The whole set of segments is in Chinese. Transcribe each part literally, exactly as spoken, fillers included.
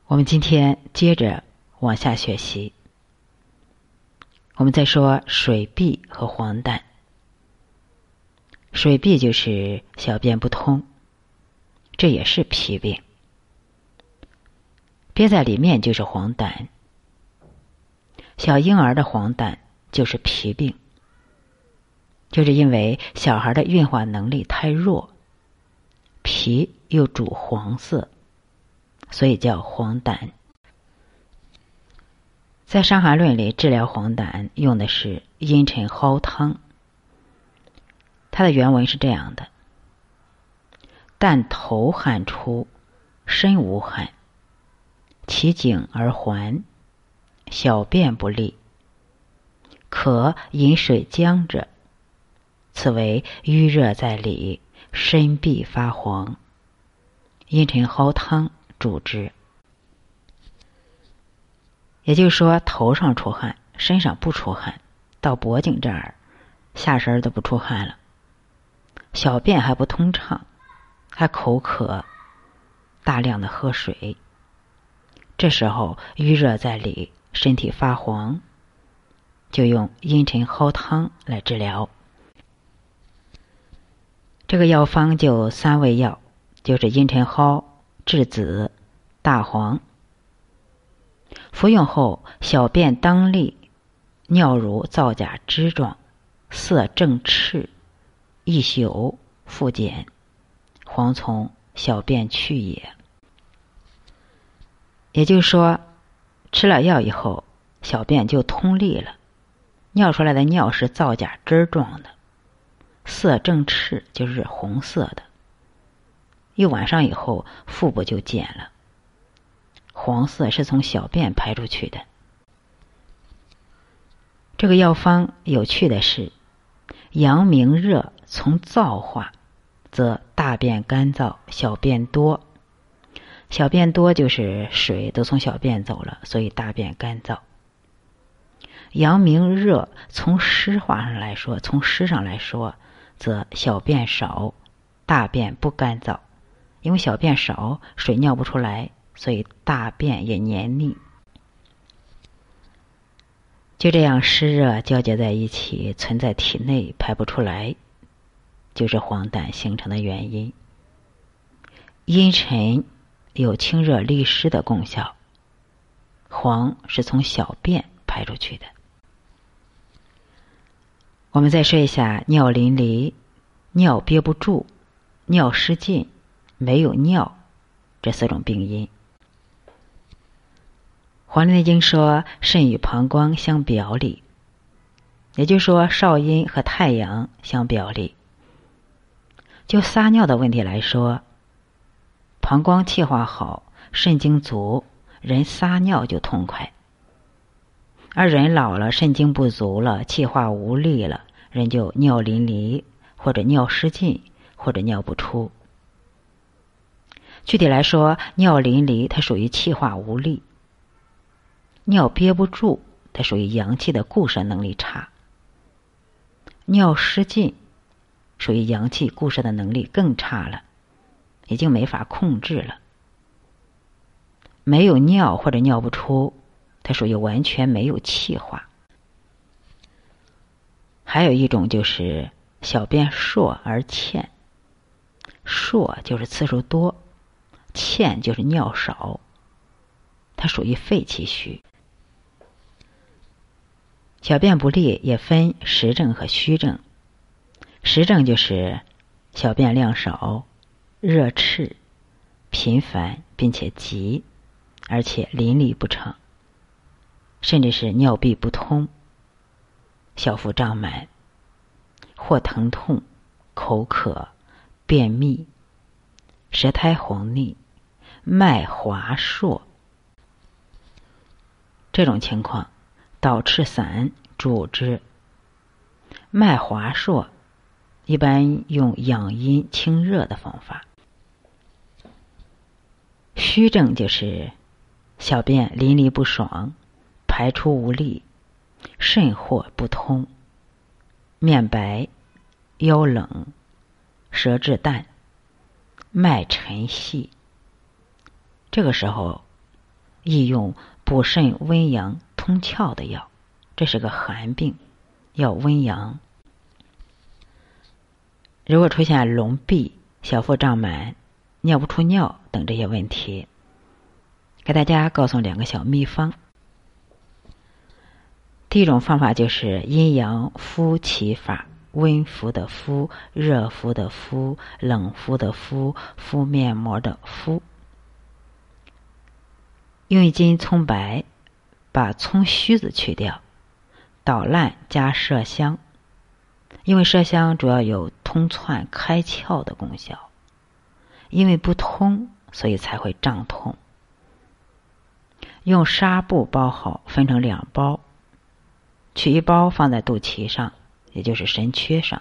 我们今天接着往下学习，我们再说水闭和黄疸。水闭就是小便不通，这也是脾病，憋在里面就是黄疸。小婴儿的黄疸就是脾病，就是因为小孩的运化能力太弱，脾又主黄色，所以叫黄疸。在《伤寒论》里治疗黄疸用的是茵陈蒿汤，它的原文是这样的：但头汗出，身无汗，其颈而还，小便不利，可饮水姜者，此为瘀热在里，身必发黄，茵陈蒿汤主之。也就是说，头上出汗，身上不出汗，到脖颈这儿下身都不出汗了，小便还不通畅，还口渴，大量的喝水，这时候瘀热在里，身体发黄，就用茵陈蒿汤来治疗。这个药方就三味药，就是茵陈蒿、栀子、大黄。服用后，小便当利，尿如皂荚汁状，色正赤，一宿复减，黄从小便去也。也就是说，吃了药以后，小便就通利了，尿出来的尿是皂荚汁状的，色正赤就是红色的，一晚上以后腹部就减了，黄色是从小便排出去的。这个药方有趣的是，阳明热从燥化，则大便干燥，小便多。小便多就是水都从小便走了，所以大便干燥。阳明热从湿化上来说，从湿上来说，则小便少，大便不干燥。因为小便少，水尿不出来，所以大便也黏腻。就这样湿热交结在一起，存在体内排不出来，就是黄疸形成的原因。茵陈有清热利湿的功效，黄是从小便排出去的。我们再说一下尿淋漓、尿憋不住、尿失禁、没有尿这四种病因。黄帝内经说肾与膀胱相表里，也就是说少阴和太阳相表里。就撒尿的问题来说，膀胱气化好，肾精足，人撒尿就痛快。而人老了，肾精不足了，气化无力了，人就尿淋漓，或者尿失禁，或者尿不出。具体来说，尿淋漓它属于气化无力，尿憋不住它属于阳气的固摄能力差，尿失禁属于阳气固摄的能力更差了，已经没法控制了。没有尿或者尿不出，它属于完全没有气化。还有一种就是小便数而欠，数就是次数多，欠就是尿少，它属于肺气虚。小便不利也分实证和虚证。实证就是小便量少，热赤，频繁并且急，而且淋漓不畅，甚至是尿闭不通，小腹胀满，或疼痛、口渴、便秘、舌苔红腻、脉滑数。这种情况导赤散主之。脉滑数一般用养阴清热的方法。虚症就是小便淋漓不爽，排出无力，肾火不通，面白，腰冷，舌质淡，脉沉细。这个时候宜用补肾温阳通窍的药，这是个寒病，要温阳。如果出现痨闭、小腹胀满、尿不出尿等这些问题，给大家告诉两个小秘方。第一种方法就是阴阳敷其法，温敷的敷，热敷的敷，冷敷的敷，敷面膜的敷。用一斤葱白，把葱须子去掉，捣烂加麝香，因为麝香主要有通窜开窍的功效，因为不通，所以才会胀痛。用纱布包好，分成两包，取一包放在肚脐上，也就是神阙上。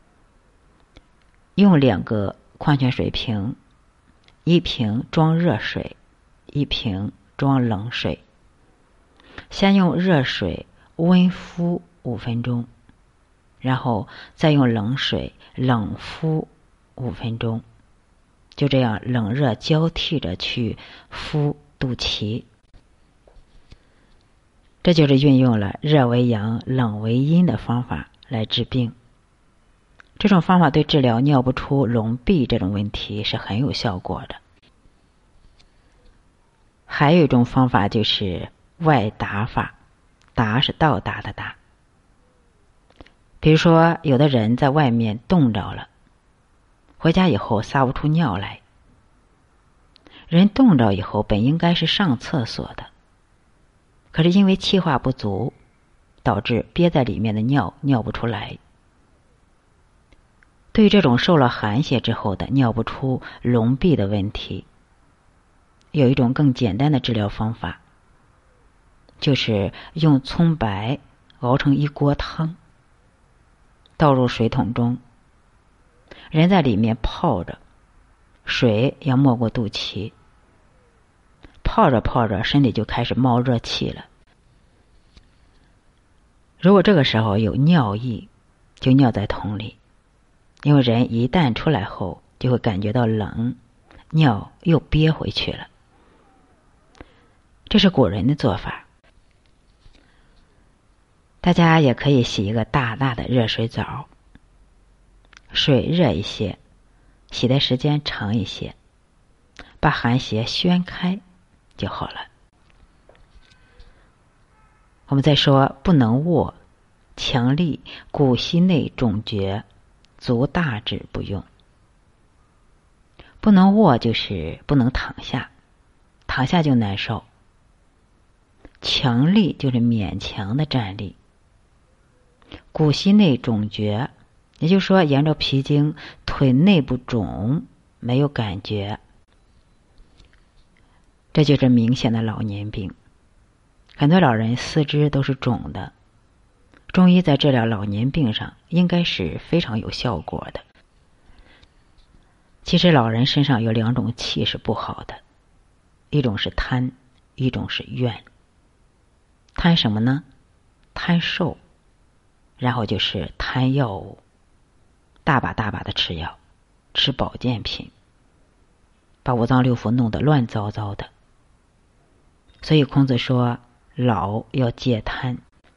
用两个矿泉水瓶，一瓶装热水，一瓶装冷水。先用热水温敷五分钟，然后再用冷水冷敷五分钟，就这样冷热交替着去敷肚脐。这就是运用了热为阳、冷为阴的方法来治病。这种方法对治疗尿不出、痨闭这种问题是很有效果的。还有一种方法就是外达法，达是到达的达。比如说，有的人在外面冻着了，回家以后撒不出尿来。人冻着以后本应该是上厕所的，可是因为气化不足，导致憋在里面的尿尿不出来。对于这种受了寒邪之后的尿不出、痨闭的问题，有一种更简单的治疗方法，就是用葱白熬成一锅汤，倒入水桶中，人在里面泡着，水要没过肚脐，泡着泡着身体就开始冒热气了。如果这个时候有尿意，就尿在桶里，因为人一旦出来后就会感觉到冷，尿又憋回去了。这是古人的做法。大家也可以洗一个大大的热水澡，水热一些，洗的时间长一些，把寒邪宣开就好了。我们再说不能卧，强力骨膝内肿厥，足大指不用。不能卧就是不能躺下，躺下就难受。强力就是勉强的站立。骨膝内肿厥，也就是说沿着脾经腿内部肿，没有感觉，这就是明显的老年病。很多老人四肢都是肿的，中医在治疗老年病上应该是非常有效果的。其实老人身上有两种气是不好的，一种是贪，一种是怨。贪什么呢？贪瘦，然后就是贪药物，大把大把的吃药，吃保健品，把五脏六腑弄得乱糟糟的。所以孔子说老要戒贪。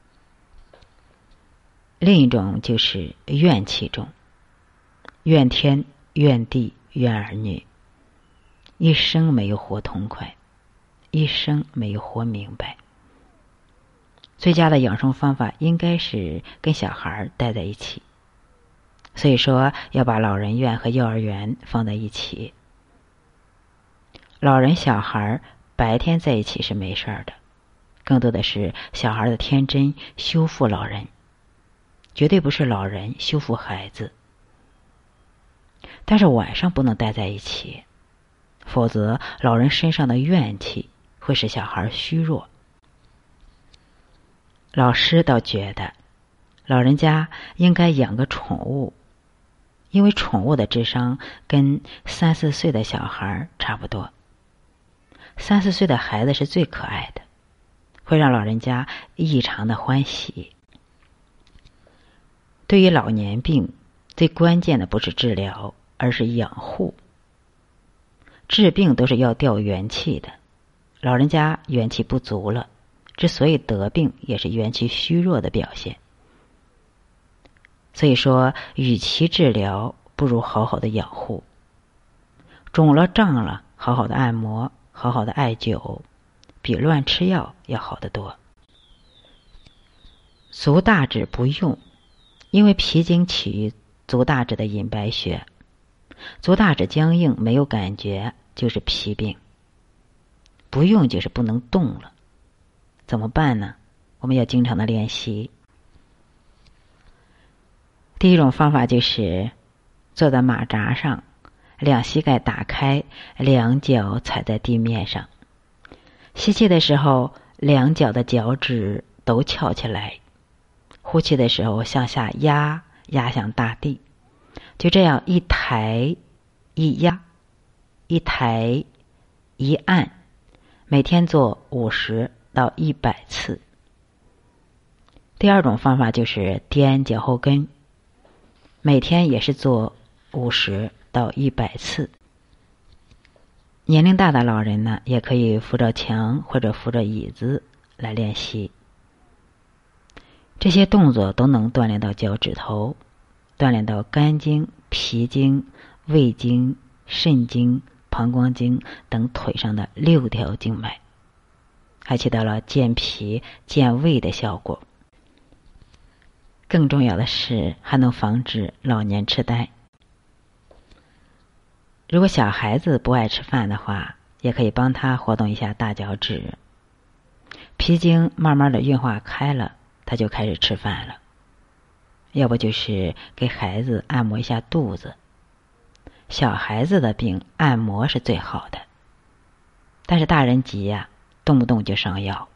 另一种就是怨气重，怨天、怨地、怨儿女，一生没有活痛快，一生没有活明白。最佳的养生方法应该是跟小孩待在一起，所以说要把老人院和幼儿园放在一起。老人小孩白天在一起是没事的，更多的是小孩的天真修复老人，绝对不是老人修复孩子。但是晚上不能待在一起，否则老人身上的怨气会使小孩虚弱。老师倒觉得老人家应该养个宠物，因为宠物的智商跟三四岁的小孩差不多。三四岁的孩子是最可爱的，会让老人家异常的欢喜。对于老年病，最关键的不是治疗，而是养护。治病都是要调元气的， 老人家元气不足了，之所以得病，也是元气虚弱的表现。所以说，与其治疗，不如好好的养护。肿了胀了，好好的按摩，好好的艾灸，比乱吃药要好得多。足大指不用，因为脾经起于足大指的隐白穴，足大指僵硬没有感觉，就是脾病。不用就是不能动了，怎么办呢？我们要经常的练习。第一种方法就是坐在马扎上，两膝盖打开，两脚踩在地面上。吸气的时候，两脚的脚趾都翘起来，呼气的时候向下压，压向大地。就这样一抬一压，一抬一按，每天做五十到一百次。第二种方法就是踮脚后跟，每天也是做五十到一百次。年龄大的老人呢，也可以扶着墙或者扶着椅子来练习。这些动作都能锻炼到脚趾头，锻炼到肝经、脾经、胃经、肾经、膀胱经等腿上的六条经脉，还起到了健脾健胃的效果。更重要的是，还能防止老年痴呆。如果小孩子不爱吃饭的话，也可以帮他活动一下大脚趾，脾经慢慢的运化开了，他就开始吃饭了。要不就是给孩子按摩一下肚子。小孩子的病按摩是最好的，但是大人急呀、啊，动不动就上药。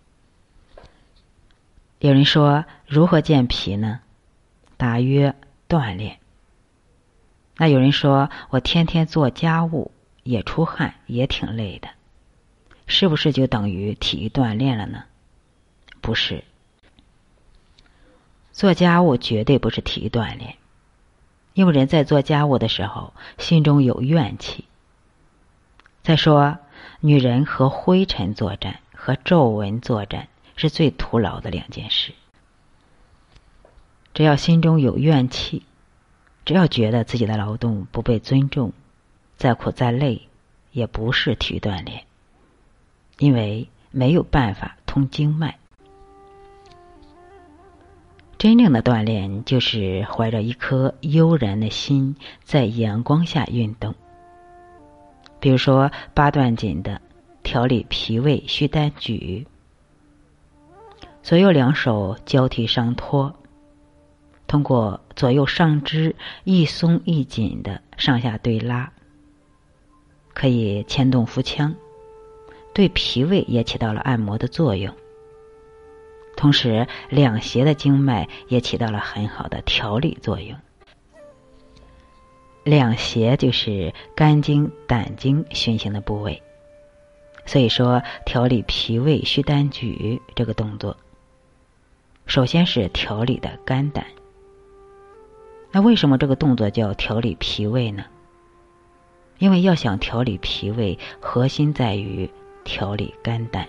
有人说如何健脾呢？大约锻炼。那有人说我天天做家务也出汗也挺累的，是不是就等于体育锻炼了呢？不是，做家务绝对不是体育锻炼，因为人在做家务的时候心中有怨气。再说，女人和灰尘作战和皱纹作战是最徒劳的两件事。只要心中有怨气，只要觉得自己的劳动不被尊重，再苦再累也不是体育锻炼，因为没有办法通经脉。真正的锻炼就是怀着一颗悠然的心，在阳光下运动。比如说八段锦的调理脾胃虚单举，左右两手交替上托，通过左右上肢一松一紧的上下对拉，可以牵动腹腔，对脾胃也起到了按摩的作用。同时两胁的经脉也起到了很好的调理作用。两胁就是肝经、胆经循行的部位，所以说调理脾胃虚单举这个动作，首先是调理的肝胆。那为什么这个动作叫调理脾胃呢？因为要想调理脾胃，核心在于调理肝胆。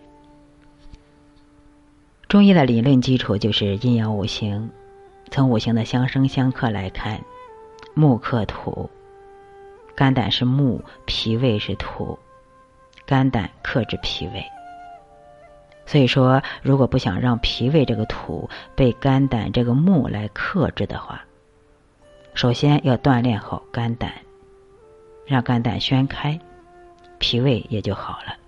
中医的理论基础就是阴阳五行，从五行的相生相克来看，木克土，肝胆是木，脾胃是土，肝胆克制脾胃。所以说，如果不想让脾胃这个土被肝胆这个木来克制的话，首先要锻炼好肝胆，让肝胆宣开，脾胃也就好了。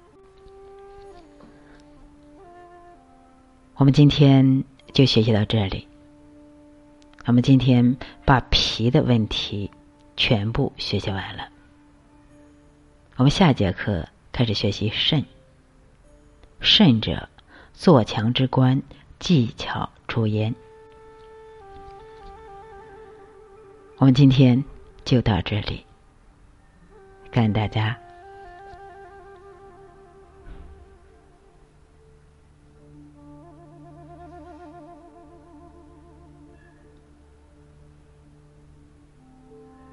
我们今天就学习到这里。我们今天把脾的问题全部学习完了。我们下节课开始学习肾。肾者，做强之官，技巧出焉。我们今天就到这里，感恩大家。